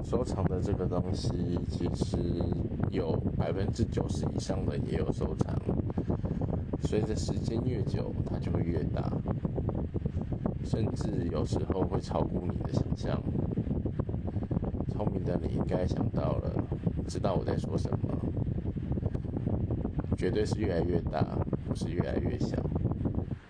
收藏的这个东西，其实有90%以上的也有收藏。随着时间越久，它就会越大，甚至有时候会超乎你的想象。聪明的你应该想到了，知道我在说什么。绝对是越来越大，不是越来越小。